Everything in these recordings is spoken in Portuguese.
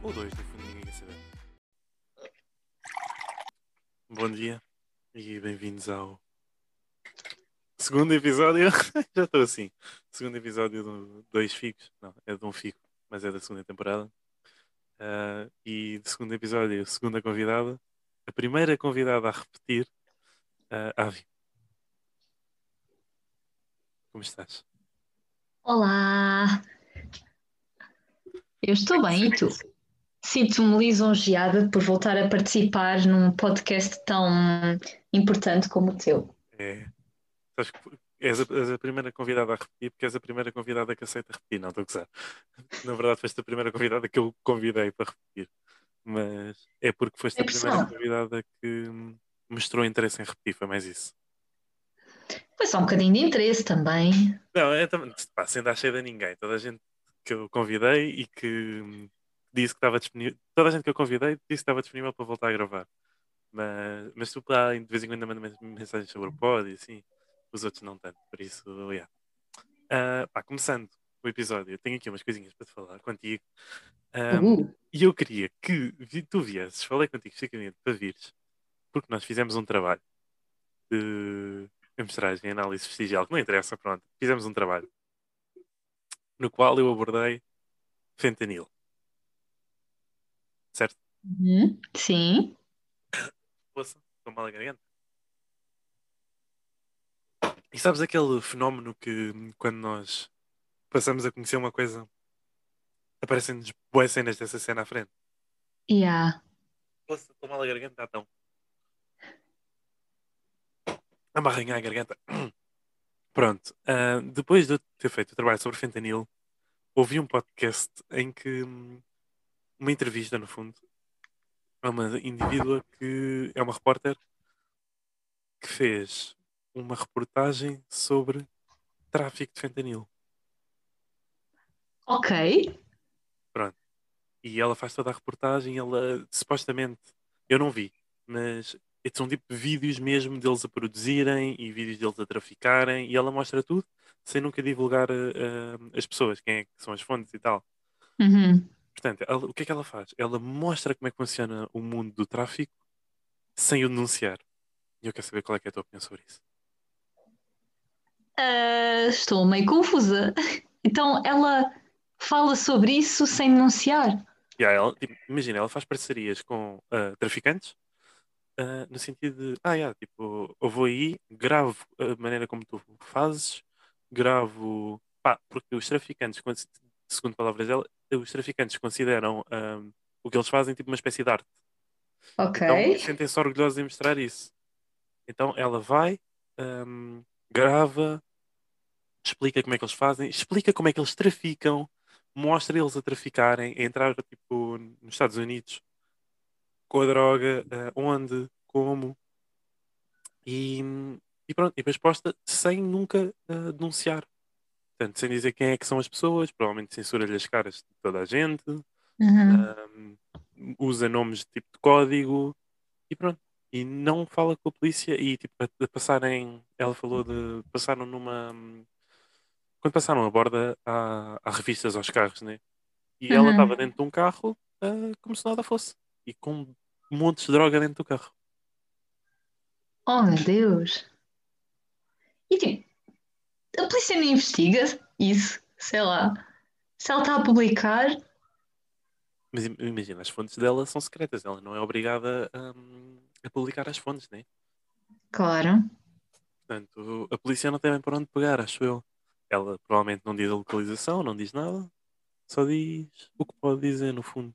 Ou dois, no fundo, ninguém quer saber. Bom dia e bem-vindos ao segundo episódio. Já estou assim. Segundo episódio de Dois Figos. Não, é de um figo, mas é da segunda temporada. E de segundo episódio, segunda convidada. A primeira convidada a repetir, Avi. Como estás? Olá, eu estou bem, e tu? Sinto-me lisonjeada por voltar a participar num podcast tão importante como o teu. É, sabes que és a primeira convidada a repetir porque és a primeira convidada que aceita repetir. Não, estou a gozar. Na verdade, foste a primeira convidada que eu convidei para repetir. Mas é porque foste É a primeira pressão. convidada que mostrou interesse em repetir, foi mais isso. Foi só um bocadinho de interesse também. Não, é também, pá, sem dar cheio a ninguém. Toda a gente que eu convidei e que disse que estava disponível, toda a gente que eu convidei disse que estava disponível para voltar a gravar. Mas tu, pá, de vez em quando manda mensagens sobre o pod e assim, os outros não tanto. Por isso, yeah. Pá, começando o episódio, eu tenho aqui umas coisinhas para te falar contigo. Um, Uh, e eu queria que tu viesses, falei contigo especificamente para vires, porque nós fizemos um trabalho de amostragem e análise vestigial, que não interessa, pronto. Fizemos um trabalho no qual eu abordei fentanil, certo? sim. Poça, estou mal a garganta. E sabes aquele fenómeno que quando nós passamos a conhecer uma coisa, aparecem-nos boas cenas dessa cena à frente? Yeah. Poça, estou mal a garganta, então. A arranhar a garganta. Pronto, depois de eu ter feito o trabalho sobre fentanil, ouvi um podcast em que, uma entrevista no fundo, a uma indivídua que é uma repórter que fez uma reportagem sobre tráfico de fentanil. Ok. Pronto. E ela faz toda a reportagem, ela supostamente, eu não vi, mas são tipo vídeos mesmo deles a produzirem e vídeos deles a traficarem e ela mostra tudo sem nunca divulgar as pessoas, quem é que são as fontes e tal. Uhum. Portanto, o que é que ela faz? Ela mostra como é que funciona o mundo do tráfico sem o denunciar. E eu quero saber qual é que é a tua opinião sobre isso. Estou meio confusa. Então ela fala sobre isso sem denunciar. Tipo, imagina, ela faz parcerias com traficantes, no sentido de, tipo, eu vou aí, gravo a maneira como tu fazes, gravo, pá, porque os traficantes, segundo palavras dela, os traficantes consideram o que eles fazem tipo uma espécie de arte. Ok. Então sentem-se orgulhosos em mostrar isso. Então ela vai, ahm, grava, explica como é que eles fazem, explica como é que eles traficam, mostra eles a traficarem, a entrar tipo nos Estados Unidos com a droga, onde, como, e, e pronto, e depois posta sem nunca denunciar. Portanto, sem dizer quem é que são as pessoas, provavelmente censura-lhe as caras de toda a gente, Uhum. ahm, usa nomes de tipo de código e pronto. E não fala com a polícia e tipo, a passarem, ela falou de passaram numa. Quando passaram a borda, há revistas aos carros, né? E ela estava Uhum. dentro de um carro, como se nada fosse. E com montes de droga dentro do carro. Oh meu Deus. E tipo, a polícia não investiga isso, sei lá. Se ela está a publicar, Mas imagina, as fontes dela são secretas. Ela não é obrigada a publicar as fontes, né? claro. Portanto, a polícia não tem bem por onde pegar, acho eu. Ela provavelmente não diz a localização, não diz nada. Só diz o que pode dizer, no fundo.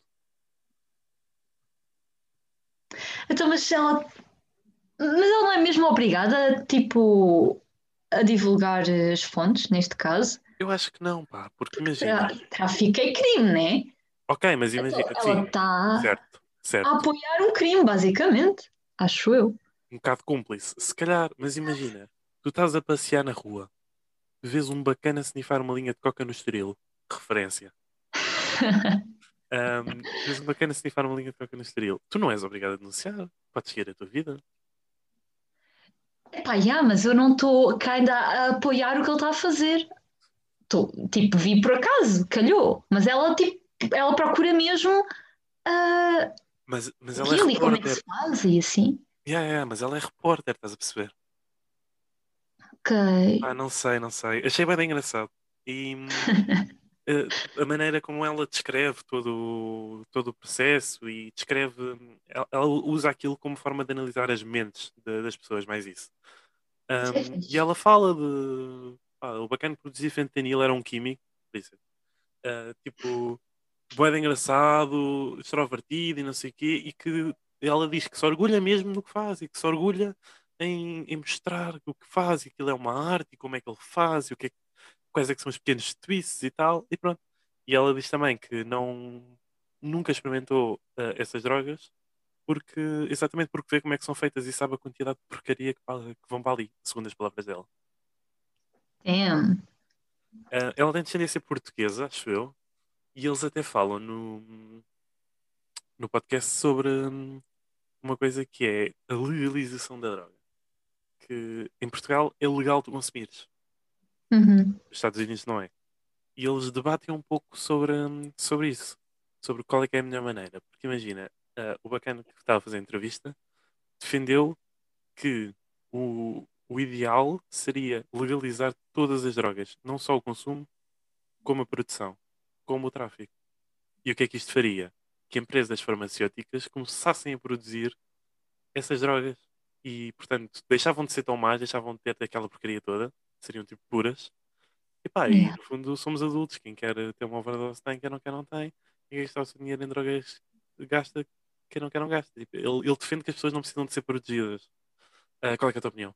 Então, mas se ela. Mas ela não é mesmo obrigada, tipo, a divulgar as fontes, neste caso? Eu acho que não, pá. Porque Porque imagina. tráfico é crime, né? Ok, mas Então, imagina. ela Sim, está certo, a certo. apoiar um crime, basicamente. Acho eu. Um bocado cúmplice. Se calhar, mas imagina. Tu estás a passear na rua, vês um bacana snifar uma linha de coca no Estoril. Referência. Vês um bacana snifar uma linha de coca no Estoril. Tu não és obrigado a denunciar. Podes seguir a tua vida. Epá, yeah, mas eu não estou cá ainda a apoiar o que ele está a fazer. Tô, tipo, vi por acaso, calhou. Mas ela, tipo, ela procura mesmo. Ah, Mas ela é aquilo e como é que repórter. se faz e assim. Mas ela é repórter, estás a perceber? Ok. Não sei, não sei. Achei bem engraçado. E a maneira como ela descreve todo o processo e descreve, ela usa aquilo como forma de analisar as mentes das pessoas, mais isso. Isso é E fixe. ela fala de. O bacana que produzia fentanil era um químico, disse, tipo, bué de engraçado, extrovertido e não sei o quê, e que ela diz que se orgulha mesmo do que faz e que se orgulha em mostrar o que faz, e aquilo é uma arte, e como é que ele faz, e quais é que são os pequenos twists e tal, e pronto. E ela diz também que nunca experimentou essas drogas, exatamente porque vê como é que são feitas e sabe a quantidade de porcaria que vão para ali, segundo as palavras dela. Damn. Ela tem descendência portuguesa, acho eu, e eles até falam no podcast sobre uma coisa que é a legalização da droga. Que em Portugal é legal tu consumires, Uhum. nos Estados Unidos não é. E eles debatem um pouco sobre isso, sobre qual é que é a melhor maneira. Porque imagina, o bacana que estava a fazer a entrevista defendeu que o ideal seria legalizar todas as drogas, não só o consumo, como a produção, como o tráfico. E o que é que isto faria? Que empresas farmacêuticas começassem a produzir essas drogas e, portanto, deixavam de ser tão más, deixavam de ter aquela porcaria toda, seriam tipo puras. E pá, e Yeah. no fundo somos adultos, quem quer ter uma overdose tem, quem não tem, quem gastar o seu dinheiro em drogas gasta, quem não gasta. Tipo, ele defende que as pessoas não precisam de ser protegidas. Qual é que é a tua opinião?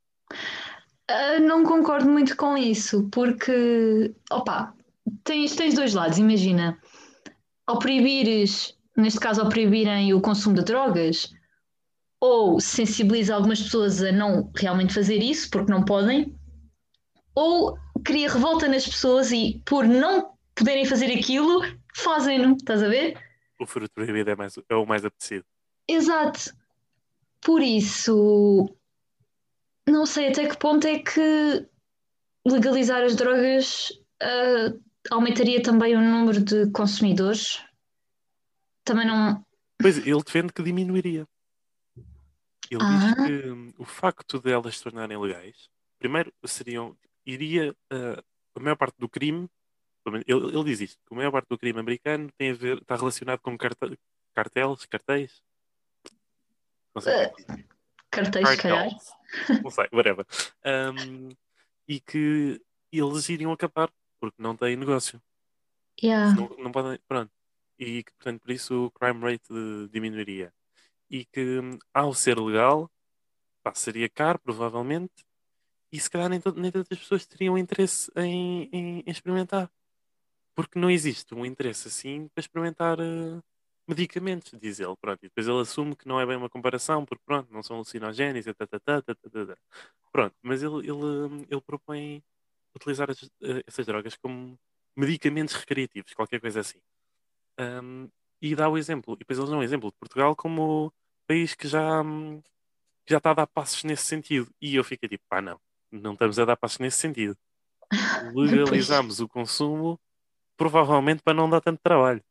Não concordo muito com isso, porque, opa, tens dois lados. Imagina, ao proibires, neste caso, ao proibirem o consumo de drogas, ou sensibiliza algumas pessoas a não realmente fazer isso, porque não podem, ou cria revolta nas pessoas e, por não poderem fazer aquilo, fazem-no, estás a ver? O fruto proibido é o mais apetecido. Exato. Por isso, não sei até que ponto é que legalizar as drogas aumentaria também o número de consumidores. Também não. Pois, ele defende que diminuiria. Ele diz Ah, que o facto de elas se tornarem legais, primeiro iria, a maior parte do crime, pelo menos ele diz isto, que a maior parte do crime americano está relacionado com cartéis, não sei o que é ah, que diz, cartéis, se calhar. cartels, não sei, whatever. Um, e que eles iriam acabar, porque não têm negócio. Yeah. Não podem, pronto. E que, portanto, por isso o crime rate diminuiria. E que, ao ser legal, pá, seria caro, provavelmente, e se calhar nem todas as pessoas teriam interesse em experimentar. Porque não existe um interesse assim para experimentar medicamentos, diz ele. Pronto, e depois ele assume que não é bem uma comparação, porque pronto, não são alucinogénicos, e Pronto, mas ele propõe utilizar essas drogas como medicamentos recreativos, qualquer coisa assim. Um, e dá o exemplo, e depois eles dão o exemplo de Portugal como país que já está a dar passos nesse sentido. E eu fiquei tipo, não estamos a dar passos nesse sentido. Pois. Legalizamos o consumo, provavelmente para não dar tanto trabalho.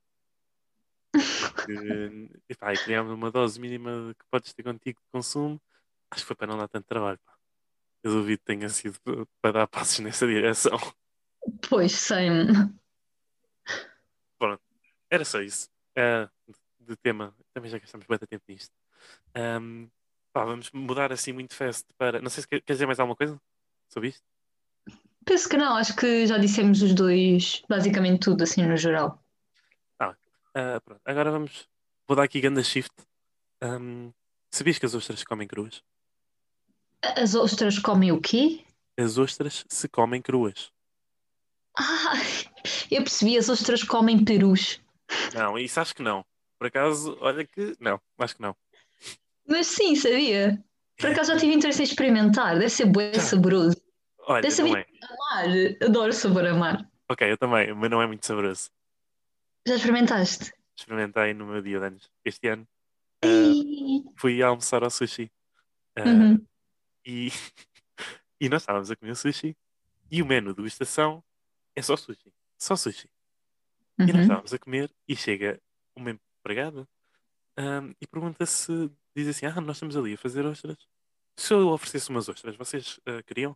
E criámos uma dose mínima que podes ter contigo de consumo, acho que foi para não dar tanto trabalho. Pá. Eu duvido que tenha sido para dar passos nessa direção. Pois, same. Pronto, era só isso. De tema, também já gastamos bastante tempo nisto. Ahm, vamos mudar assim muito fast para. Não sei se queres dizer mais alguma coisa sobre isto. Penso que não, acho que já dissemos os dois, basicamente tudo, assim, no geral. Ah, pronto. Agora vamos. Vou dar aqui ganda shift. Ahm, sabias que as ostras se comem cruas? As ostras comem o quê? As ostras se comem cruas. Ah, eu percebi, as ostras comem perus. Não, isso acho que não. Por acaso, olha que. Não, acho que não. Mas sim, sabia. Por acaso já tive interesse em experimentar, deve ser bué Já. saboroso. Deve Olha, não saber é. amar, adoro sabor amar. Ok, eu também, mas não é muito saboroso. Já experimentaste? Experimentei no meu dia de anos. Este ano. ah, Ei. fui almoçar ao sushi. ah, Uhum, e, e nós estávamos a comer sushi. E o menu de é só sushi. Só sushi. E nós uhum. estávamos a comer e chega uma. obrigado. E pergunta se diz assim: nós estamos ali a fazer ostras. Se eu oferecesse umas ostras, vocês queriam?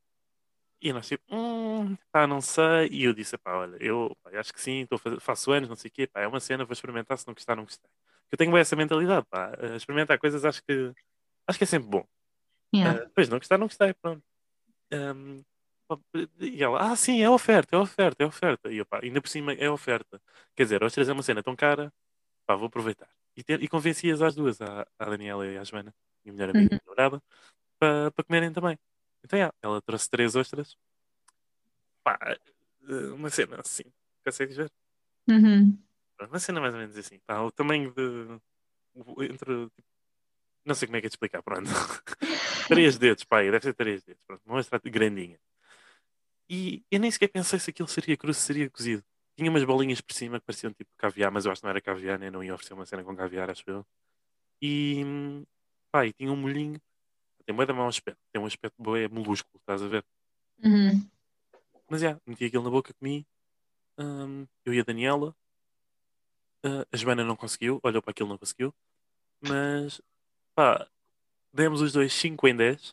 E nós tipo, pá, não sei. E eu disse, pá, olha, eu pá, acho que sim, faço anos, não sei o quê, pá, é uma cena, vou experimentar, se não gostar, não gostei. Eu tenho bem essa mentalidade, pá, experimentar coisas acho que é sempre bom. Yeah. Depois não gostar, não gostei, pronto. Ahm, pá, e ela, sim, é oferta, é oferta, é oferta. E eu, pá, ainda por cima é oferta. Quer dizer, ostras é uma cena tão cara, pá, vou aproveitar. E convenci-as às duas, à Daniela e à Joana, minha melhor amiga, Uhum. minha namorada, para comerem também. Então, ela trouxe 3 ostras. Pá, uma cena assim. Consegues ver? Uhum. Uma cena mais ou menos assim. Pá, o tamanho de. Entre. Não sei como é que é de explicar, pronto. 3 dedos, pá, deve ser 3 dedos. Pronto, uma ostra grandinha. E eu nem sequer pensei se aquilo seria cru, se seria cozido. Tinha umas bolinhas por cima que pareciam tipo caviar, mas eu acho que não era caviar, né? Não ia oferecer uma cena com caviar, acho eu. E. Pá, e tinha um molhinho. Tem bué da mau aspecto. Tem um aspecto bué molúsculo, estás a ver? Uhum. Mas meti aquilo na boca, comi. Eu e a Daniela. A Joana não conseguiu, olhou para aquilo, não conseguiu. Mas, pá, demos os dois 5 em 10.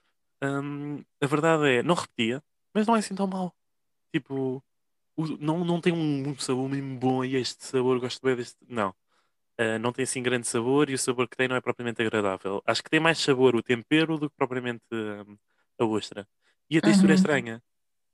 A verdade é, não repetia, mas não é assim tão mau. Tipo, não tem um sabor mesmo bom e este sabor, gosto bem deste. Não. Não tem assim grande sabor e o sabor que tem não é propriamente agradável. Acho que tem mais sabor o tempero do que propriamente a ostra. E a textura é Uhum. estranha.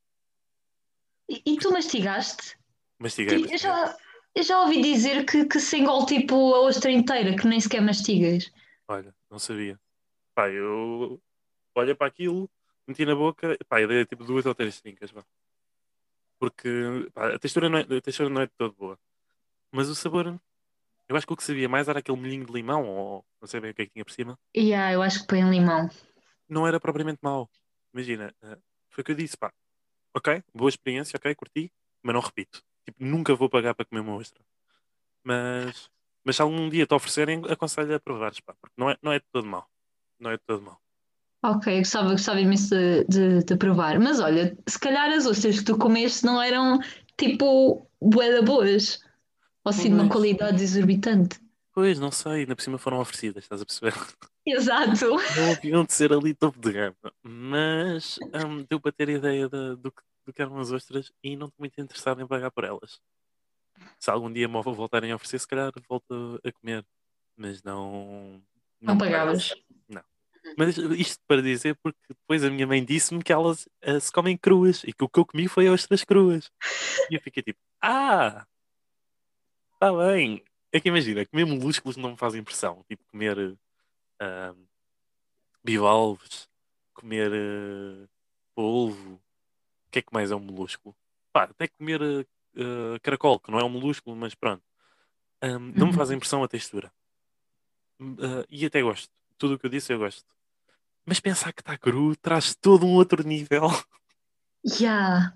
E tu mastigaste? Mastiguei, Tipo, mastiguei. eu já ouvi dizer que se engole tipo a ostra inteira, que nem sequer mastigas. Olha, não sabia. Pá, eu olhei para aquilo, meti na boca, pá, eu dei tipo 2 ou 3 trincas, vá. Porque pá, a textura não é de todo boa. Mas o sabor, eu acho que o que sabia mais era aquele molhinho de limão, ou não sei bem o que é que tinha por cima. Eu acho que põe limão. Não era propriamente mau. Imagina, foi o que eu disse, pá, ok, boa experiência, ok, curti, mas não repito. Tipo, nunca vou pagar para comer uma ostra. Mas, mas se algum dia te oferecerem, aconselho a provares, pá, porque não é de todo mau. Não é de todo mau. Ok, gostava imenso de provar. Mas olha, se calhar as ostras que tu comeste não eram tipo bué da boas, ou assim de uma Pois, qualidade exorbitante. pois, não sei, ainda por cima foram oferecidas, estás a perceber? Exato. Não haviam de ser ali topo de gama, mas deu para ter ideia do que eram as ostras e não estou muito interessado em pagar por elas. Se algum dia me voltarem a oferecer, se calhar volto a comer, mas não Não me pagavas. parece. Não. Mas isto para dizer porque depois a minha mãe disse-me que elas se comem cruas e que o que eu comi foi ostras cruas. E eu fiquei tipo, está bem. É que imagina, comer molúsculos não me faz impressão. Tipo, comer ahm, bivalves, comer polvo. O que é que mais é um molúsculo? Pá, até comer caracol, que não é um molúsculo, mas pronto. Não me faz Uhum. impressão a textura. E até gosto. Tudo o que eu disse eu gosto. Mas pensar que está cru traz todo um outro nível. Yeah.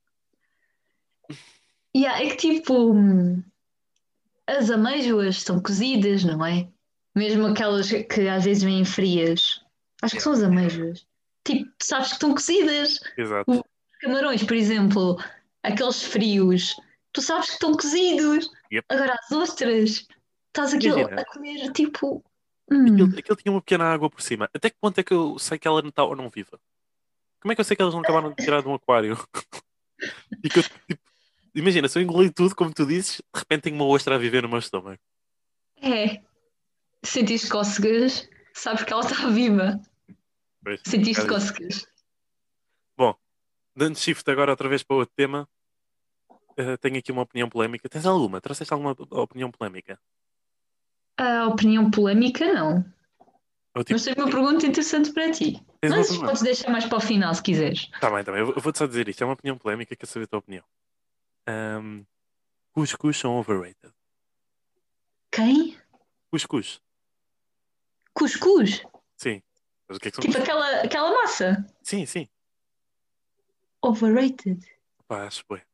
Yeah, é que tipo, as amêijoas estão cozidas, não é? Mesmo aquelas que às vezes vêm frias. Acho que Yeah. são as amêijoas. Tipo, tu sabes que estão cozidas. Exato. Os camarões, por exemplo, aqueles frios, tu sabes que estão cozidos. Yep. Agora as ostras, estás aquilo Imagina, a comer tipo. aquilo tinha uma pequena água por cima. Até que ponto é que eu sei que ela não está ou não viva? Como é que eu sei que elas não acabaram de tirar de um aquário? E que eu, tipo, imagina, se eu engoli tudo, como tu dizes, de repente tenho uma ostra a viver no meu estômago. É, sentiste cócegas, sabes que ela está viva. Pois, é um Sentiste bocado isso. cócegas. Bom, dando shift agora outra vez para outro tema, tenho aqui uma opinião polémica. Tens alguma? Trouxeste alguma opinião polémica? A opinião polémica, não. Ou tipo, Mas tenho uma pergunta interessante para ti. tens uma Mas pergunta? podes deixar mais para o final se quiseres. Tá bem. Eu vou-te só dizer isto. É uma opinião polémica, quero saber a tua opinião. Um, cuscuz são overrated. Quem? Cuscuz. Cuscuz. Sim. Mas o que é que são Tipo cuscuz? aquela massa. Sim, sim. Overrated. Pá, acho bem.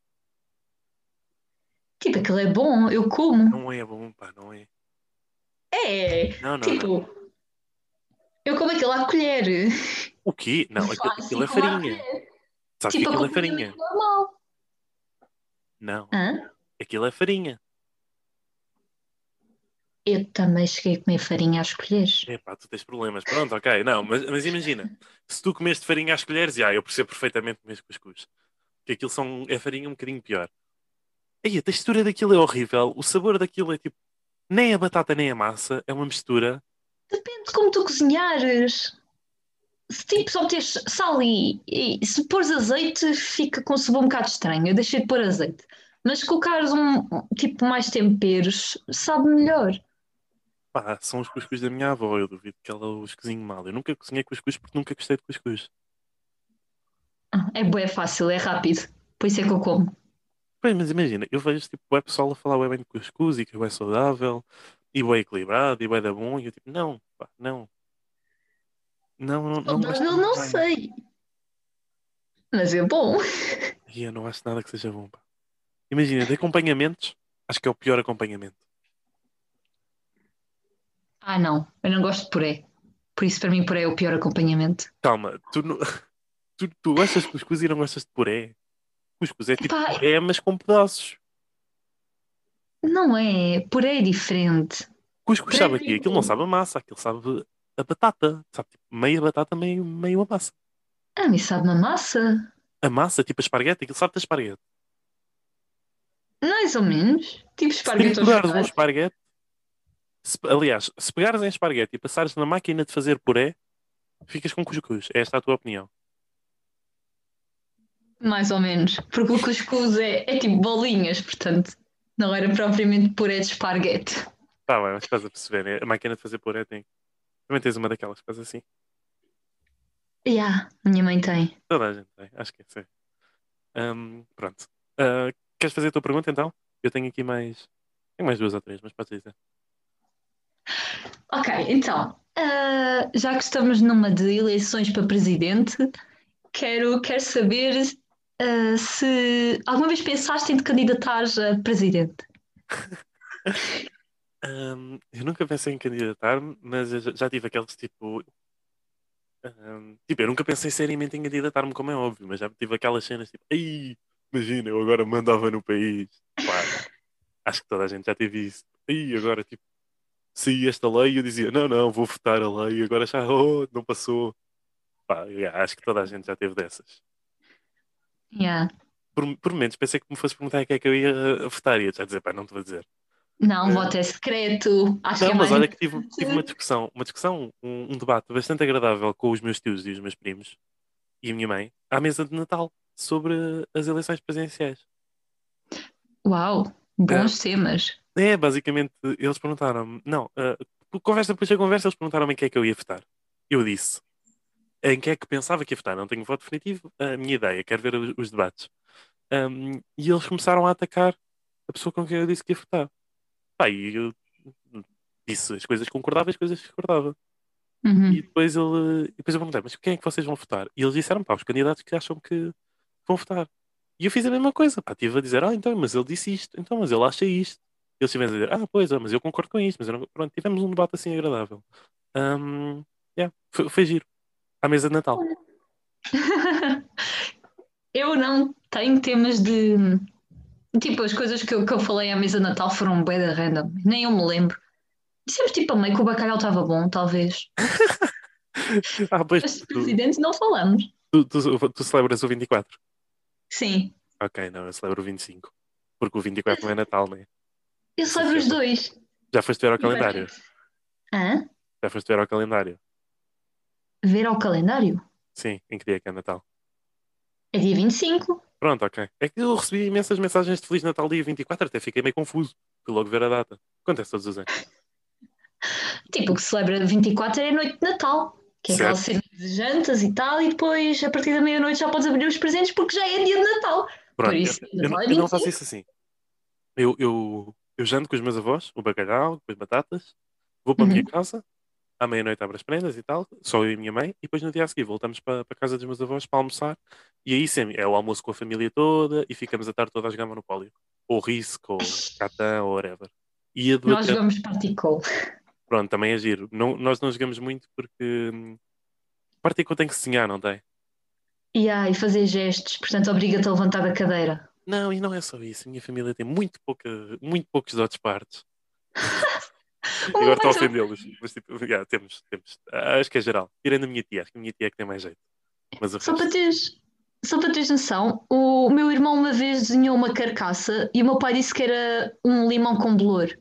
Tipo, aquilo é bom, eu como. Não é bom, pá, não é. É, Não, não, não. tipo, eu como aquilo à colher. O quê? Não, aquilo Fácil é como à farinha. colher. Sabes que Tipo, aquilo é acompanhamento farinha? normal. Não. Hã? Aquilo é farinha. Eu também cheguei a comer farinha às colheres. Epá, tu tens problemas. Pronto, ok. Não, mas imagina, se tu comeste farinha às colheres, já, eu percebo perfeitamente comer cuscuz. Que aquilo é farinha um bocadinho pior. Aí, a textura daquilo é horrível. O sabor daquilo é tipo, nem a batata nem a massa, é uma mistura. Depende de como tu cozinhares. Se tipo só meteres sal e se pôres azeite, fica com um sabor um bocado estranho. Eu deixei de pôr azeite. Mas se colocares tipo mais temperos, sabe melhor. Pá, são os cuscuz da minha avó. Eu duvido que ela os cozinhe mal. Eu nunca cozinhei cuscuz porque nunca gostei de cuscuz. É bué fácil, é rápido. Por isso é que eu como. Pois, mas imagina, eu vejo tipo, o pessoal a falar bué bem de cuscuz e que é saudável e bué equilibrado e bué da bom. E eu tipo, não, pá, não, não gosto Saudável não nada. sei, mas é bom. E eu não acho nada que seja bom, pá. Imagina, de acompanhamentos, acho que é o pior acompanhamento. Ah, não, eu não gosto de puré. Por isso, para mim, puré é o pior acompanhamento. Calma, tu gostas de cuscuz e não gostas de puré? Cuscuz é tipo Pá, puré, mas com pedaços. não é. Puré é diferente. Cuscuz Puré é sabe aqui, aquilo não tipo. sabe a massa, aquilo sabe a batata. Sabe, tipo, meia batata, meio a massa. Ah, me sabe uma massa. A massa, tipo a esparguete, aquilo sabe da esparguete. Mais ou menos. Tipo Se esparguete ao triturares um chocolate. esparguete, aliás, se pegares em esparguete e passares na máquina de fazer puré, ficas com cuscuz. É esta a tua opinião. Mais ou menos. Porque o cuscuz é tipo bolinhas, portanto, não era propriamente puré de esparguete. Tá bem, mas estás a perceber, né? A máquina de fazer puré tem. Também tens uma daquelas que faz assim. Yeah, minha mãe tem. Toda a gente tem, acho que é assim. Pronto. Queres fazer a tua pergunta então? Eu tenho aqui mais. Tenho mais duas ou três, mas podes dizer. Ok, então, já que estamos numa de eleições para presidente, quero saber se alguma vez pensaste em te candidatar a presidente. Eu nunca pensei em candidatar-me, mas eu já tive aqueles tipo. Tipo, eu nunca pensei seriamente em candidatar-me, como é óbvio, mas já tive aquelas cenas tipo, ai, imagina, eu agora mandava no país. Pá, acho que toda a gente já teve isso. Aí agora, tipo, saía esta lei e eu dizia, não, não, vou votar a lei, agora já, oh, não passou. Pá, acho que toda a gente já teve dessas. Yeah. Por momentos pensei que me fosse perguntar a que é que eu ia votar e eu já dizer, pá, não te vou dizer. Não, Eh, voto é secreto. Acho que não, é mas mais olha que tive importante. uma discussão, um debate bastante agradável com os meus tios e os meus primos e a minha mãe à mesa de Natal sobre as eleições presidenciais. Uau, Eh, bons temas. basicamente, eles perguntaram-me, não, conversa depois da conversa, eles perguntaram-me em que é que eu ia votar. Eu disse, em que é que pensava que ia votar? Não tenho voto definitivo, a minha ideia, quero ver os debates. E eles começaram a atacar a pessoa com quem eu disse que ia votar. Pá, e eu disse as coisas que concordava e as coisas que discordava. E Uhum. depois eu perguntei, mas quem é que vocês vão votar? E eles disseram, pá, os candidatos que acham que vão votar. E eu fiz a mesma coisa, pá, estive a dizer, então, mas ele disse isto, então, mas ele acha isto. E eles estiveram a dizer, pois, mas eu concordo com isto, mas eu não... Pronto, tivemos um debate assim agradável. Yeah, foi giro, à mesa de Natal. Eu não tenho temas de. Tipo, as coisas que eu falei à mesa de Natal foram bué da random. Nem eu me lembro. Dissemos tipo a meio que o bacalhau estava bom, talvez. Pois, Mas de presidente não falamos. tu celebras o 24. Sim, Ok, não, eu celebro o 25. Porque o 24 não é Natal, né? eu Não sei se celebro já os foste. dois. Já foste ver ao E para quê? calendário? Hã? Já foste ver ao calendário? Ver ao calendário? Sim, em que dia é que é Natal? É dia 25. Pronto, ok. É que eu recebi imensas mensagens de Feliz Natal dia 24, até fiquei meio confuso. Fui logo ver a data. Acontece todos os anos. Tipo, o que se celebra 24 é a noite de Natal. Que é aquela Certo? cena de jantas e tal, e depois, a partir da meia-noite, já podes abrir os presentes porque já é dia de Natal. Por Pronto, isso, Natal é eu vinte não e faço cinco. isso assim. Eu janto com os meus avós, o bacalhau, com as batatas, vou para a minha Uhum. casa, à meia-noite abro as prendas e tal, só eu e a minha mãe, e depois no dia a seguir voltamos para a casa dos meus avós para almoçar, e aí sim, é o almoço com a família toda, e ficamos a tarde toda a jogar Monopólio. Ou Risk, ou Catan, ou whatever. E Nós jogamos Particol. pronto, também é giro. Não, nós não jogamos muito porque Particule tem que se desenhar, não tem? E fazer gestos, portanto, obriga-te a levantar da cadeira. Não, e não é só isso. A minha família tem muito poucos dotes partes. O E meu agora estou pai a também. ofendê-los. Mas tipo, temos. Acho que é geral. Tirando a minha tia, acho que a minha tia é que tem mais jeito. Mas o Só para resto. teres, só para teres noção, o meu irmão uma vez desenhou uma carcaça e o meu pai disse que era um limão com bolor.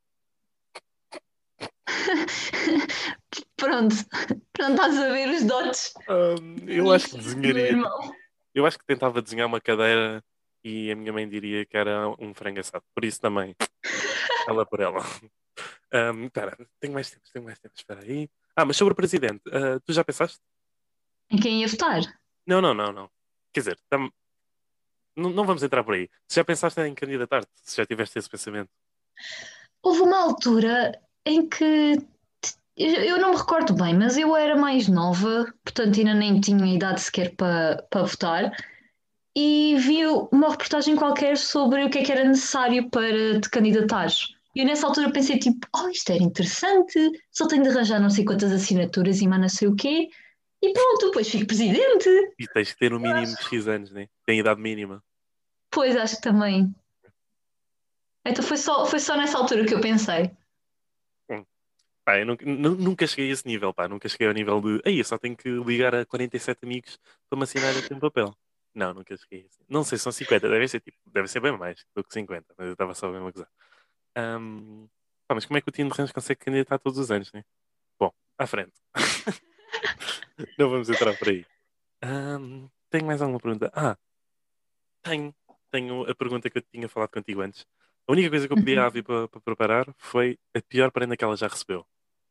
Pronto, pronto, estás a ver os dotes Eu acho que místicos do meu desenharia. Tipo, irmão. eu acho que tentava desenhar uma cadeira e a minha mãe diria que era um frango assado. Por isso também, ela por ela. Espera, tenho mais tempo. Espera aí. Mas sobre o presidente, tu já pensaste? Em quem ia votar? Não, não, não, não. Quer dizer, não, não vamos entrar por aí. Se já pensaste em candidatar-te, se já tiveste esse pensamento. Houve uma altura em que eu não me recordo bem, mas eu era mais nova, portanto ainda nem tinha idade sequer para votar, e vi uma reportagem qualquer sobre o que era necessário para te candidatares. E eu nessa altura pensei tipo, oh, isto era interessante, só tenho de arranjar não sei quantas assinaturas e mais não sei o quê, e pronto, depois fico presidente. E tens que ter no mínimo de X anos, né? Tem idade mínima. Pois acho que também. Então foi só nessa altura que eu pensei. Hum. Eu nunca cheguei a esse nível, pá. Nunca cheguei ao nível de. Aí, eu só tenho que ligar a 47 amigos para me assinarem aqui um papel. Não, nunca cheguei a esse. Não sei, são 50. Deve ser bem mais do que 50. Mas eu estava só bem a gozar. Mas como é que o Tino de Rãs consegue candidatar todos os anos, né? Bom, à frente. Não vamos entrar por aí. Tenho mais alguma pergunta? Tenho. Tenho a pergunta que eu tinha falado contigo antes. A única coisa que eu podia Uhum. haver para preparar foi a pior prenda que ela já recebeu.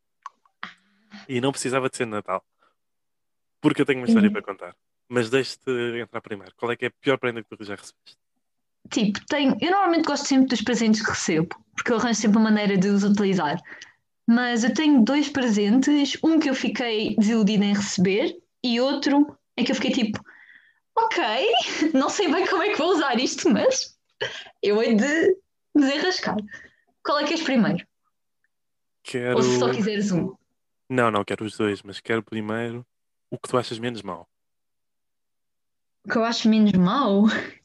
E não precisava de ser de Natal, porque eu tenho uma história para contar. Mas deixe-te entrar primeiro. Qual é que é a pior prenda que tu já recebeste? Tipo, eu normalmente gosto sempre dos presentes que recebo, porque eu arranjo sempre uma maneira de os utilizar. Mas eu tenho dois presentes, um que eu fiquei desiludida em receber e outro em que eu fiquei tipo, ok, não sei bem como é que vou usar isto, mas eu hei de desenrascar. Qual é que és primeiro? Ou se só Quero. quiseres um? Não, não, quero os dois, mas quero primeiro o que tu achas menos mau. O que eu acho menos mau?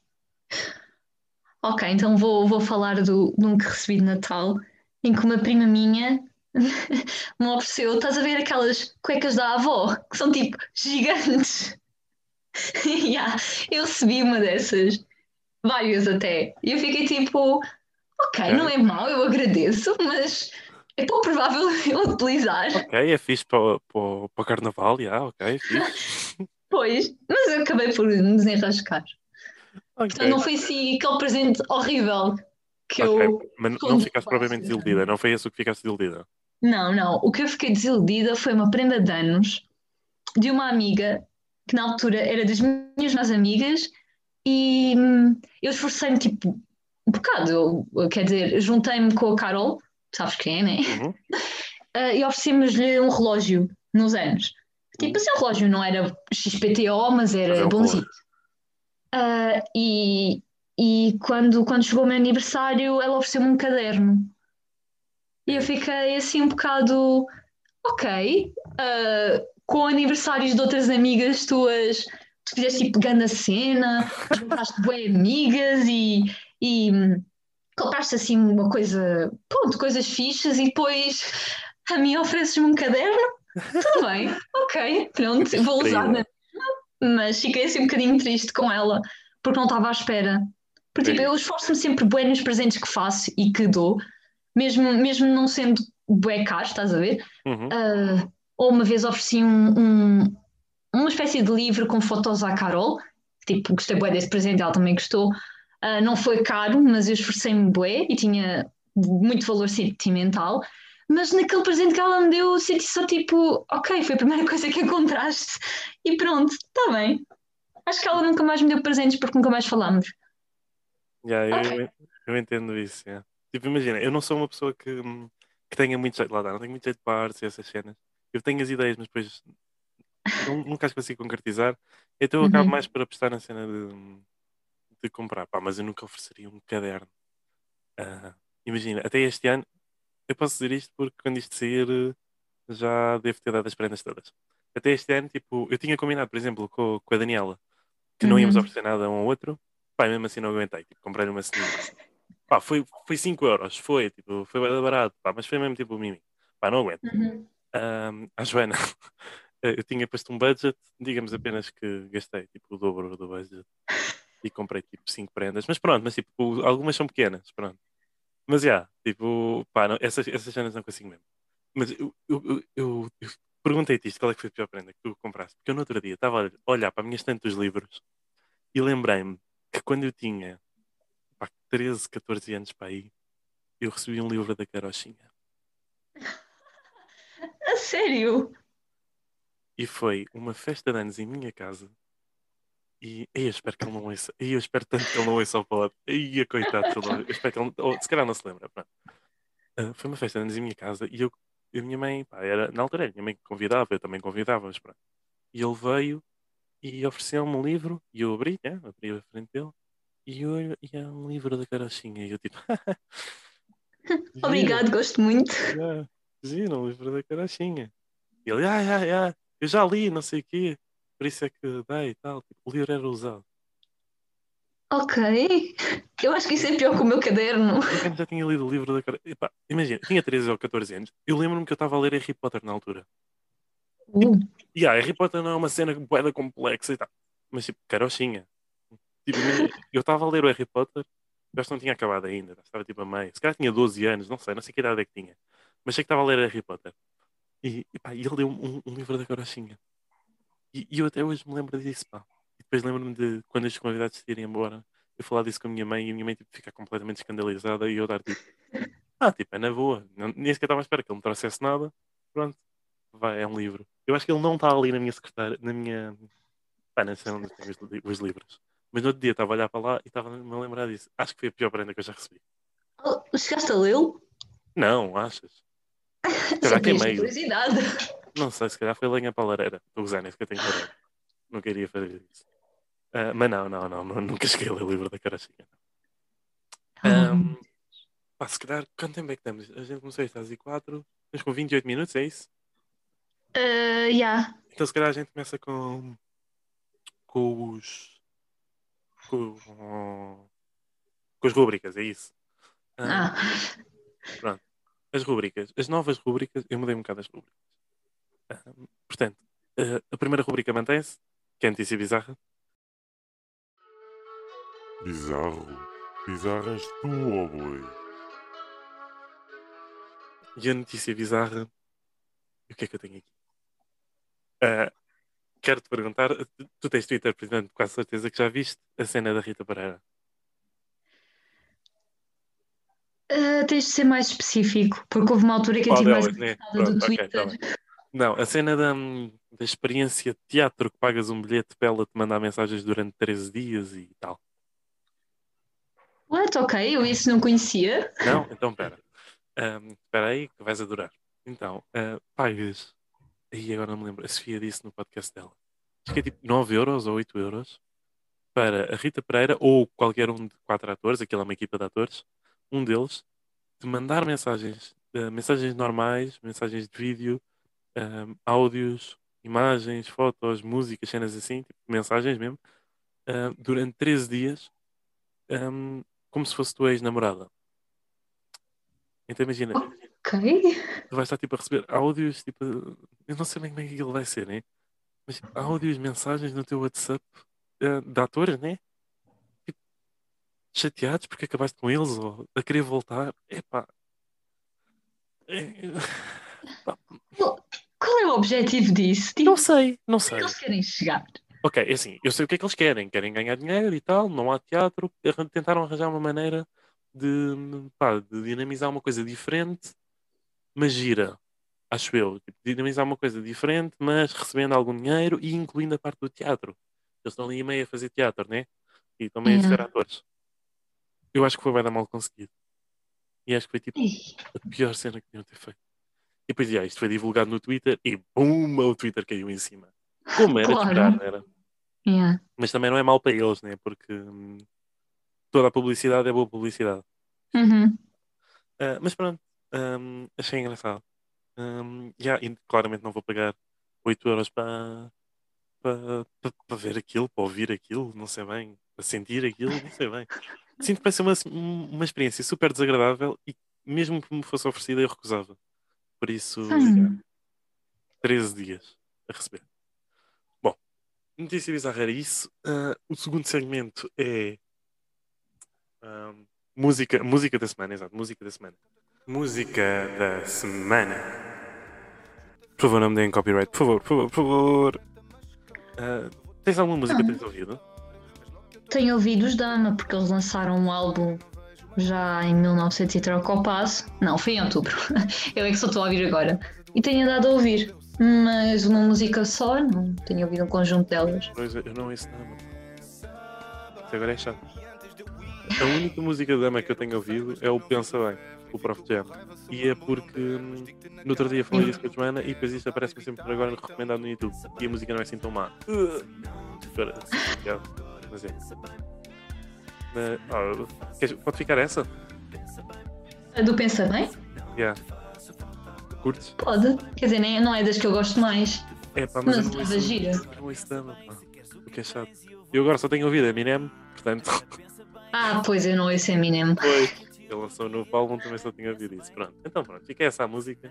Ok, então vou falar de um que recebi de Natal, em que uma prima minha me ofereceu, estás a ver aquelas cuecas da avó, que são tipo gigantes. Yeah, eu recebi uma dessas, várias até. E eu fiquei tipo, ok, não Ok? é mau, eu agradeço, mas é pouco provável eu utilizar. Ok, é fixe para o carnaval, já, ok, fixe. Pois, mas eu acabei por me desenrascar. Portanto, não Ok, foi assim aquele presente horrível que ok. eu Mas não escondi ficaste debaixo propriamente da desiludida, cama. não foi esse o que ficaste desiludida. Não, não. O que eu fiquei desiludida foi uma prenda de anos de uma amiga que na altura era das minhas mais amigas e eu esforcei-me tipo um bocado, quer dizer, juntei-me com a Carol, sabes quem é, né? Uhum. E oferecemos-lhe um relógio nos anos. Tipo Uh, assim, o relógio não era XPTO, mas mas é era um bonzinho. relógio. Ah, e quando chegou o meu aniversário, ela ofereceu-me um caderno. E eu É. fiquei assim um bocado, ok, com aniversários de outras amigas tuas, tu fizeste tipo grande cena, juntaste bué amigas e compraste assim uma coisa, pronto, coisas fixas e depois a mim ofereces-me um caderno, tudo bem, ok, Muito pronto, vou usar, distraída. mas fiquei assim um bocadinho triste com ela, porque não estava à espera. Porque tipo, eu Ei. esforço-me sempre bué nos presentes que faço e que dou, mesmo não sendo bué caro, estás a ver? Uhum. Ou uma vez ofereci uma espécie de livro com fotos à Carol, tipo, gostei bué desse presente, ela também gostou. Não foi caro, mas eu esforcei-me bué e tinha muito valor sentimental. Mas naquele presente que ela me deu, eu senti só tipo, ok, foi a primeira coisa que encontraste e pronto, está bem. Acho que ela nunca mais me deu presentes porque nunca mais falámos. Yeah, Ok. eu entendo isso. Yeah. Tipo, imagina, eu não sou uma pessoa que tenha muito jeito lá, não tenho muito jeito de artes e essas cenas. Eu tenho as ideias, mas depois nunca as consigo concretizar. Então eu acabo mais Uhum. por apostar na cena de comprar. Pá, mas eu nunca ofereceria um caderno. Ah, imagina, até este ano, eu posso dizer isto porque quando isto sair já devo ter dado as prendas todas. Até este ano, tipo, eu tinha combinado, por exemplo, com a Daniela, que não íamos Uhum. oferecer nada um ao outro. Pá, mesmo assim não aguentei. Tipo, comprei uma ceninha. Pá, foi 5 euros, foi bem barato, pá, mas foi mesmo tipo o mimi. Pá, não aguento. Uhum. A Joana, eu tinha posto um budget, digamos apenas que gastei tipo o dobro do budget e comprei tipo 5 prendas, mas pronto, mas tipo, algumas são pequenas, pronto. Mas já, tipo, pá, essas cenas não consigo mesmo. Mas eu perguntei-te isto, qual é que foi a pior prenda que tu compraste? Porque eu no outro dia estava a olhar para a minha estante dos livros e lembrei-me que quando eu tinha, pá, 13, 14 anos para aí, eu recebi um livro da Carochinha. A sério? E foi uma festa de anos em minha casa. E eu espero que ele não ouça. Eu espero tanto que ele não ouça o pod. Ia, coitado, se ele não- eu espero que ele, ou, se calhar não se lembra. Pronto. Foi uma festa de anos em minha casa e a minha mãe, pá, era, na altura, a minha mãe convidava, eu também convidava, mas pronto. E ele veio e ofereceu-me um livro e eu abri, né? Abri a frente dele e é um livro da Carochinha. E eu tipo, gira, Obrigado, gosto muito. yeah, gira, um livro da Carochinha. E ele, eu já li, não sei o quê, por isso é que dei e tal. Tipo, o livro era usado. Ok. Eu acho que isso é pior que o meu caderno. Eu também já tinha lido o livro da Carochinha. Imagina, eu tinha 13 ou 14 anos. Eu lembro-me que eu estava a ler Harry Potter na altura. Tipo, Uh, Harry Potter não é uma cena bué complexa e tal. Mas tipo, Carochinha. Tipo, imagina, eu estava a ler o Harry Potter, eu acho que não tinha acabado ainda, estava tipo a meio. Se calhar tinha 12 anos, não sei que idade é que tinha. Mas sei que estava a ler Harry Potter. E ele deu um livro da Carochinha. E eu até hoje me lembro disso, pá. E depois lembro-me de quando estes convidados se irem embora, eu falar disso com a minha mãe e a minha mãe tipo, ficar completamente escandalizada e eu dar tipo, tipo, é na boa. Nem sequer estava à espera que ele me trouxesse nada. Pronto, vai, é um livro. Eu acho que ele não está ali na minha secretária, na minha. Pá, não sei onde tenho os livros. Mas no outro dia estava a olhar para lá e estava-me a lembrar disso. Acho que foi a pior prenda que eu já recebi. oh, chegaste a lê-lo? Não, achas? Se Só calhar podias ter queimei-o. curiosidade. Não sei, se calhar foi lenha para a lareira. Estou a usar, nem sequer tenho lareira. Não queria fazer isso. Mas nunca cheguei a ler o livro da Carochinha. Oh. Pá, se calhar, quanto tempo é que estamos? A gente começou às 4. Estamos com 28 minutos, é isso? Yeah. Então se calhar a gente começa com os. Com, com as rúbricas, é isso? Ahm, Ah. Pronto. As rúbricas. As novas rúbricas, eu mudei um bocado as rúbricas. Portanto, a primeira rúbrica mantém-se, que é a notícia bizarra. Bizarro. Bizarras tu, ó boi. E a notícia bizarra, o que é que eu tenho aqui? Ah, Quero-te perguntar, tu tens Twitter, portanto, quase certeza que já viste a cena da Rita Pereira. Tens de ser mais específico, porque houve uma altura que eu Qual estive mais delas, né? afastada Pronto, do ok, está Twitter. bem. Não, a cena da experiência de teatro que pagas um bilhete para ela te mandar mensagens durante 13 dias e tal. What? Ok, eu isso não conhecia. Não? Então espera. Espera aí que vais adorar. Então, pagas. Aí agora não me lembro. A Sofia disse no podcast dela. Acho que é tipo 9 euros ou 8 euros para a Rita Pereira ou qualquer um de 4 atores, aquilo é uma equipa de atores, um deles, te mandar mensagens, mensagens normais, mensagens de vídeo, áudios, imagens, fotos, músicas, cenas assim, tipo, mensagens mesmo, durante 13 dias, um, como se fosse tua ex-namorada. Então imagina, Ok. tu vais estar tipo a receber áudios, tipo, eu não sei bem como é que aquilo vai ser, né? Mas tipo, áudios, mensagens no teu WhatsApp, de atores, né? Tipo, chateados porque acabaste com eles ou a querer voltar. Epá, é, pá, Qual é o objetivo disso? não Tipo, sei, não onde é que sei. eles querem chegar? Ok, é assim, eu sei o que é que eles querem. Querem ganhar dinheiro e tal, não há teatro. Tentaram arranjar uma maneira de dinamizar uma coisa diferente, mas gira, acho eu. Tipo, dinamizar uma coisa diferente, mas recebendo algum dinheiro e incluindo a parte do teatro. Eles estão ali meio a fazer teatro, né? E estão meio a ser Yeah. atores. Eu acho que foi bem da mal conseguido. E acho que foi tipo Ih, a pior cena que tinham ter feito. E depois, isto foi divulgado no Twitter e BUM! O Twitter caiu em cima. Como era de esperar, claro. não era? Yeah. Mas também não é mal para eles, né? Porque toda a publicidade é boa publicidade. Uhum. Mas pronto, achei engraçado. E claramente não vou pagar 8 euros para ver aquilo, para ouvir aquilo, não sei bem, para sentir aquilo, não sei bem. sinto que vai ser uma experiência super desagradável e mesmo que me fosse oferecida eu recusava. Por isso, Sim. 13 dias a receber. Bom, notícia bizarra era isso. O segundo segmento é música da semana, exato, música da semana. Música da semana. Por favor, não me deem copyright. Por favor, por favor, por favor. Tens alguma música que Não. tens ouvido? Tenho ouvido os Dama, porque eles lançaram um álbum já em 1900 e troca ao passo. Não, foi em outubro. Eu é que só estou a ouvir agora. E tenho andado a ouvir. Mas uma música só, não. Tenho ouvido um conjunto delas. Pois, eu não ouço Dama. Isso agora é chato. A única música de Dama que eu tenho ouvido é o Pensa Bem, o Prof Jam. E é porque no outro dia falei isso com a Joana e depois isto aparece-me sempre agora recomendado no YouTube. E a música não é assim tão má. Mas é. Pode ficar essa? A do Pensa Bem? Yeah. Curtes? Pode. Quer dizer, não é das que eu gosto mais. É pá, mas Mas eu não estava gira. ouço Dama, pá. O que é chato. Eu agora só tenho ouvido Eminem, portanto. Pois eu não ouço Eminem. Pois. Ele lançou um novo álbum, também só tinha ouvido isso. Pronto. Então pronto, fica essa a música.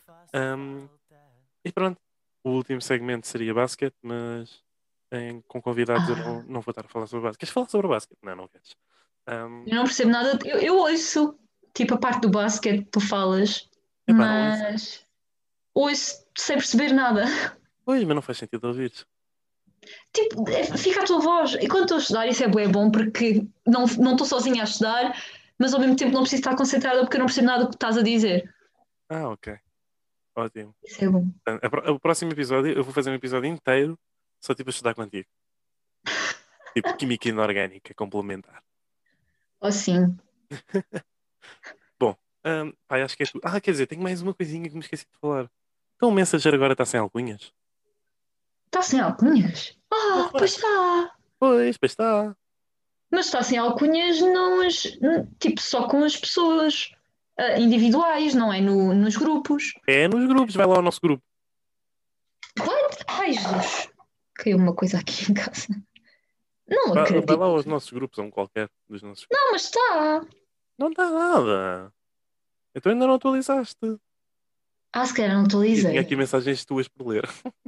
E pronto. O último segmento seria basquete, mas com convidados eu não vou estar a falar sobre basquete. Queres falar sobre basquete? Não queres. Eu não percebo nada. Eu ouço, tipo, a parte do basquete que tu falas, Epá, não ouço. mas ouço sem perceber nada. Pois, mas não faz sentido ouvir. Tipo, fica a tua voz. E quando estou a estudar, isso é bué bom porque não estou sozinha a estudar, mas ao mesmo tempo não preciso estar concentrada porque eu não percebo nada do que estás a dizer. Ok. Ótimo. Isso é bom. O próximo episódio, eu vou fazer um episódio inteiro só tipo a estudar contigo. Tipo, química inorgânica complementar. Ou sim. Bom, pá, acho que é tudo. Quer dizer, tenho mais uma coisinha que me esqueci de falar. Então o Messenger agora está sem alcunhas? Está sem alcunhas? Não foi? Pois está. Pois está. Mas está sem alcunhas tipo, só com as pessoas individuais, não é nos grupos. É nos grupos, vai lá ao nosso grupo. What? Ai, Jesus. Caiu uma coisa aqui em casa. Não Vai lá acredito. aos nossos grupos, a um qualquer dos nossos grupos. Não, mas está. Não está nada. Então ainda não atualizaste. Se calhar não E tinha atualizei. aqui mensagens tuas por ler.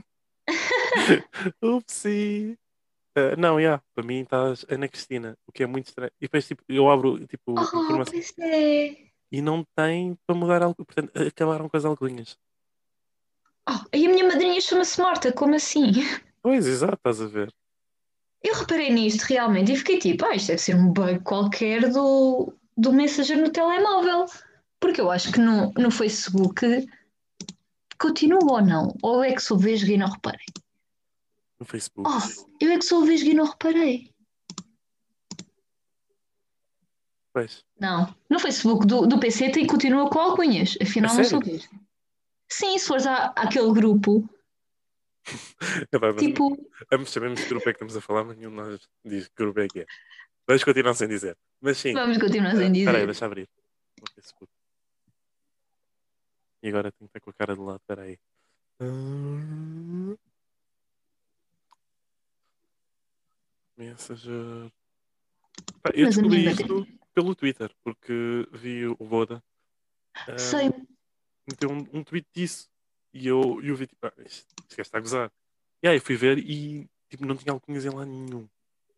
Upsi. Não, para mim estás Ana Cristina, o que é muito estranho. E depois tipo, eu abro tipo, informação Pois é. e não tem para mudar algo. Portanto, acabaram com as alcunhas. E a minha madrinha chama-se Marta, como assim? Pois, exato, estás a ver. Eu reparei nisto realmente e fiquei tipo, isto deve ser um bug qualquer do Messenger no telemóvel. Porque eu acho que no Facebook continua ou não? Ou é que sou vesga e não reparei? No Facebook. Eu é que sou vesga e não reparei. Pois. Não, no Facebook do PC continua com alcunhas, A afinal não sou sério? vesga. Sim, se fores àquele grupo, Epá, mas tipo, ambos sabemos que grupo é que estamos a falar, mas nenhum de nós diz que grupo é que é. Vamos continuar sem dizer. Mas sim. vamos continuar sem Espera aí, dizer. deixa eu abrir. No Facebook. E agora tenho que estar com a cara de lado. Espera aí. Messenger. Pá, eu Mas a minha descobri madrinha, isto pelo Twitter, porque vi o Boda sei, meteu um tweet disso. E eu vi tipo, este gajo está a gozar. E aí fui ver e tipo, não tinha alcunhas em lá nenhum.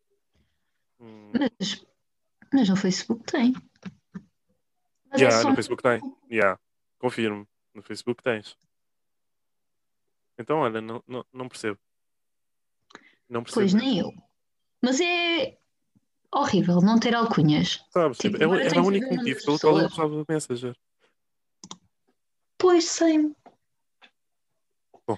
mas no Facebook tem. Mas é Já, só no Facebook tem. Já, confirmo. No Facebook tens. Então, olha, não percebo. Não Pois percebo mesmo. nem eu. Mas é horrível não ter alcunhas. Sabes, Tipo, tipo, agora era tenho o que único saber o nome motivo das pelo qual eu pessoas. usava o Messenger. Pois sei. Bom,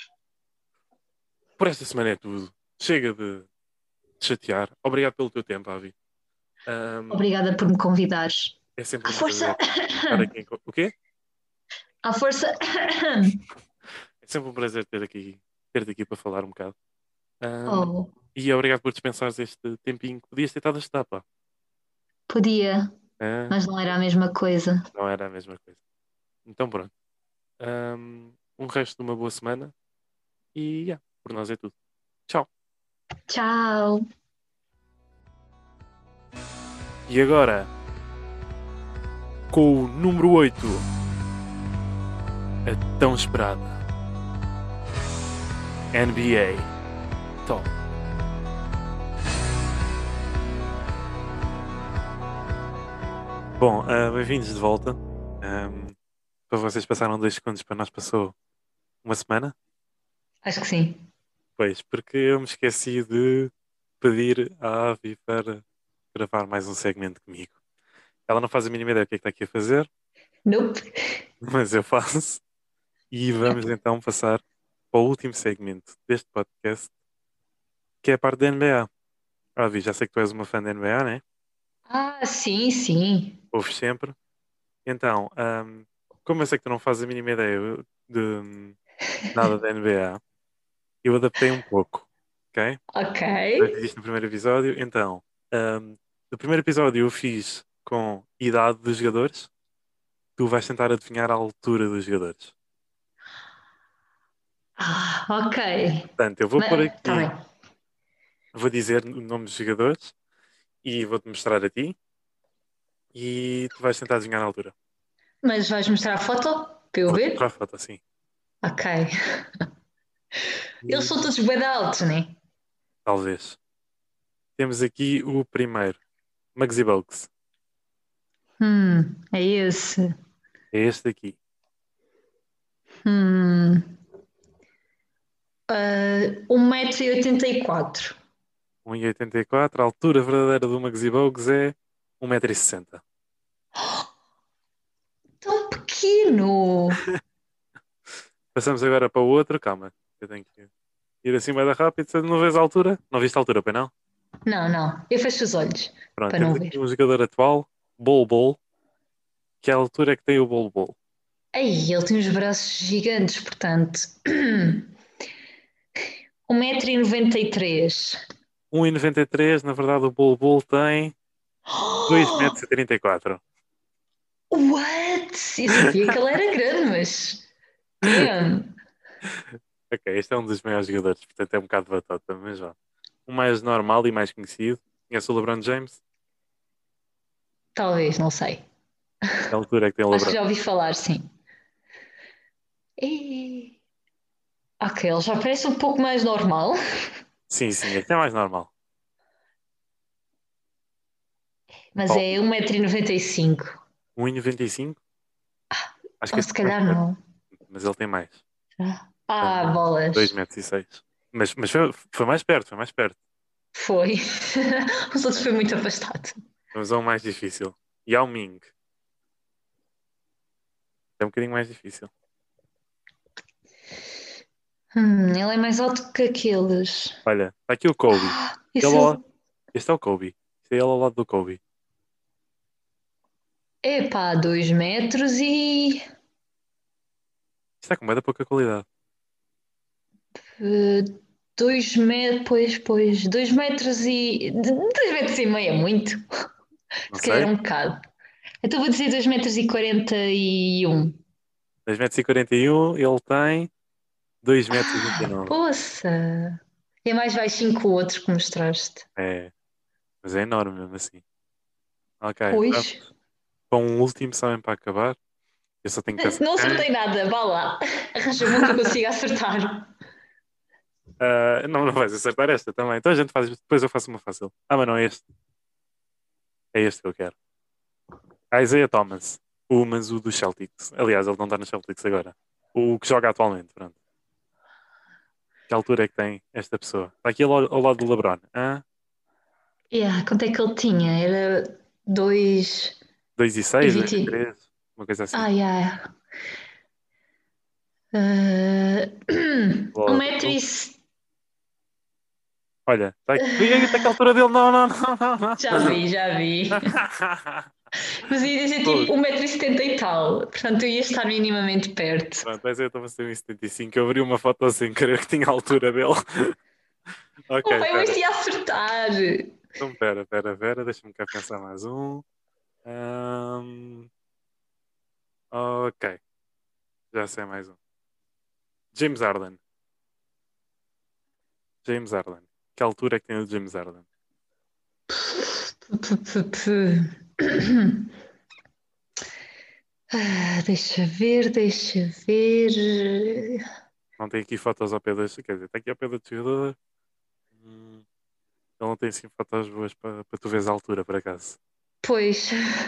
por esta semana é tudo. Chega de chatear. Obrigado pelo teu tempo, Avi. Obrigada por me convidares. É sempre À um força! prazer estar aqui. O quê? À força! É sempre um prazer ter-te aqui para falar um bocado. Oh, E obrigado por dispensares este tempinho que podias ter estado a estudar, pá. podia, Ah, mas não era a mesma coisa. não era a mesma coisa. Então pronto. Um resto de uma boa semana e por nós é tudo. Tchau. Tchau! E agora, com o número 8, a tão esperada NBA Top. Bom, bem-vindos de volta. Para vocês passaram 2 segundos, para nós passou uma semana. Acho que sim. Pois, porque eu me esqueci de pedir à Avi para gravar mais um segmento comigo. Ela não faz a mínima ideia do que é que está aqui a fazer, Nope. mas eu faço. E vamos então passar para o último segmento deste podcast, que é a parte da NBA. Avi, já sei que tu és uma fã da NBA, né? Ah, sim, sim. Ouves sempre. Então, como eu sei que tu não fazes a mínima ideia de nada da NBA, eu adaptei um pouco, ok? Ok. Já fiz isto no primeiro episódio. Então, no primeiro episódio eu fiz com idade dos jogadores. Tu vais tentar adivinhar a altura dos jogadores. Ah, ok. Portanto, eu vou pôr Mas, tá bem. aqui, vou dizer o nome dos jogadores e vou-te mostrar a ti e tu vais tentar adivinhar a altura. Mas vais mostrar a foto para eu Vou-te mostrar a ver? foto assim. Ok. Eles E são todos bem altos, né? talvez. Temos aqui o primeiro, Muggsy Bogues. É esse. É este aqui. Hum. 1,84 m. 1,84 m. A altura verdadeira do Muggsy Bogues é 1,60 m. Tão pequeno! Passamos agora para o outro. Calma, eu tenho que ir assim mais rápido. Se não vês a altura? Não viste a altura, pois não? Não, não. Eu fecho os olhos Pronto, para temos não aqui ver. um jogador atual, Bol Bol. Que a altura é que tem o Bol Bol? Aí, ele tem uns braços gigantes, portanto. 1,93 m. 1,93 m. Na verdade, o Bol Bol tem 2,34 m. What? Eu sabia que ele era grande, mas. Damn. Ok, este é um dos maiores jogadores, portanto é um bocado de batata, mas vá. O mais normal e mais conhecido. Conhece o LeBron James? Talvez, não sei. Que altura é que tem o Acho que LeBron? já ouvi falar, sim. E... Ok, ele já parece um pouco mais normal, Sim, sim, este é mais normal. mas Qual? é 1,95 m. 1,95 m? Acho que Ou este se é mais calhar perto, não. mas ele tem mais. Ah, Tem bolas. 2,06 m. Mas foi mais perto, foi mais perto. Foi. Os outros foi muito afastado. Vamos a um mais difícil. Yao Ming. É um bocadinho mais difícil. Ele é mais alto que aqueles. Olha, está aqui o Kobe. Ele Isso ao lado- Este é o Kobe. Este é ele ao lado do Kobe. é pá, 2 metros e. Isto está com muita pouca qualidade. 2 metros, pois, 2 metros e meio é muito. Não Se calhar é sei. um bocado. Então vou dizer 2,41 m. 2,41 m, ele tem 2,29 m. Poça! É mais baixinho que o outro que mostraste. É, mas é enorme mesmo assim. Ok, Pois. vamos para um último, sabem, para acabar. Eu só tenho que pensar Não quem. acertei nada, vá lá. Arranja uma que eu consiga acertar. Não, não vais acertar esta também. Então a gente faz, depois eu faço uma fácil. Ah, mas não é este. É este que eu quero. Isaiah Thomas. Mas o do Celtics. Aliás, ele não está no Celtics agora. O que joga atualmente, pronto. Que altura é que tem esta pessoa? Está aqui ao lado do LeBron. Yeah, quanto é que ele tinha? Era 2 e 2,6, 20. 2,3, uma coisa assim. Ah, yeah. Um Logo. metro e... Olha, está aqui. Ui, está aqui a altura dele. Não, não, não, não, não. Já vi, já vi. Mas ia dizer tipo Fogo. 1,70 m e tal. Portanto, eu ia estar minimamente perto. Pronto, essa eu estava a ser 1,75. Eu abri uma foto sem querer que tinha a altura dele. Ok, Oh, pai, espera. mas ia acertar. Então, espera. Deixa-me cá pensar mais um. Ahm, ok, já sei mais um. James Harden. James Harden. Que altura é que tem o James Harden? Deixa ver, deixa ver. Não tem aqui fotos ao pé deste, quer dizer, está aqui ao pé do jogador. Hum, Ele não tem assim fotos boas para tu veres a altura, por acaso. Pois.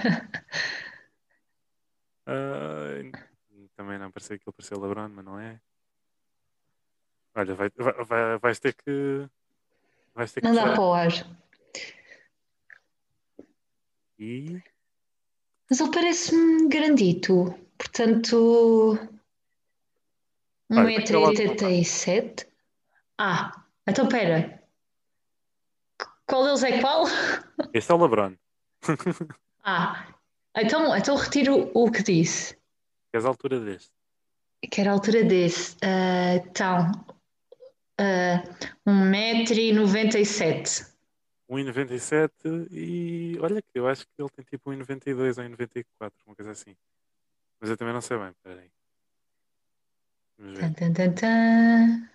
Ah, também não parecia que ele parecia o LeBron, mas não é. Olha, vais ter que Não dá puxar. para o ar. E. Mas ele parece-me grandito. Portanto, um Olha, para metro que e lado tu oitenta vais? e sete. Então pera. Qual deles é qual? Este é o LeBron. Ah, então retiro o que disse. Queres a altura deste? Que era a altura desse. Ah, 1,97 m. 1,97 e olha que eu acho que ele tem tipo 1,92 ou 1,94, uma coisa assim. Mas eu também não sei bem, peraí. Vamos ver. Tan, tan, tan, tan.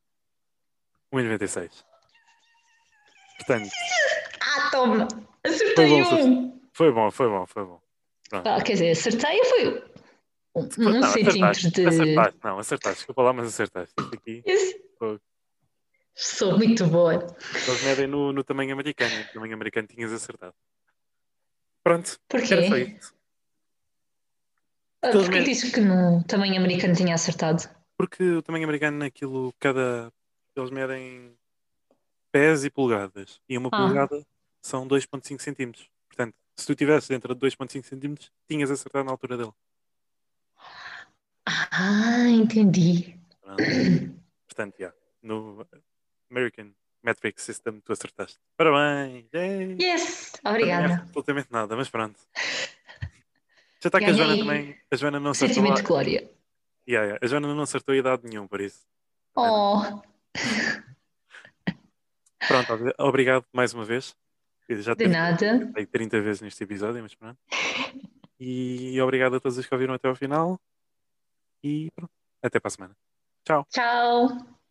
1,96. Portanto, Toma! foi Acertei bom, um! foi bom. Pronto. Quer dizer, acertei foi um Não, acertaste, centímetro de. acertaste, não, acertaste, desculpa lá, mas acertaste. Isto aqui, Esse- pô, Sou muito boa. eles medem no tamanho americano, e no tamanho americano tinhas acertado. Pronto, era Porquê? só isso. Porque eles Porquê que medem, disse que no tamanho americano tinha acertado? porque o tamanho americano naquilo, eles medem pés e polegadas. E uma Ah, polegada são 2,5 centímetros. Portanto, se tu estivesse dentro de 2,5 centímetros, tinhas acertado na altura dele. entendi. Pronto. Portanto, já, no American Metric System, tu acertaste. Parabéns! Yay! Yes! Não ganhaste Obrigada. absolutamente nada, mas pronto. Já está que a Joana Ganhei também. A Joana não acertou. sentimento de glória. A Joana não acertou a idade nenhum, por isso. Também não. Oh, Pronto, obrigado mais uma vez. Eu já de teve nada. aí 30 vezes neste episódio, mas pronto. E obrigado a todos os que ouviram até ao final. E pronto. Até para a semana. Tchau. Tchau.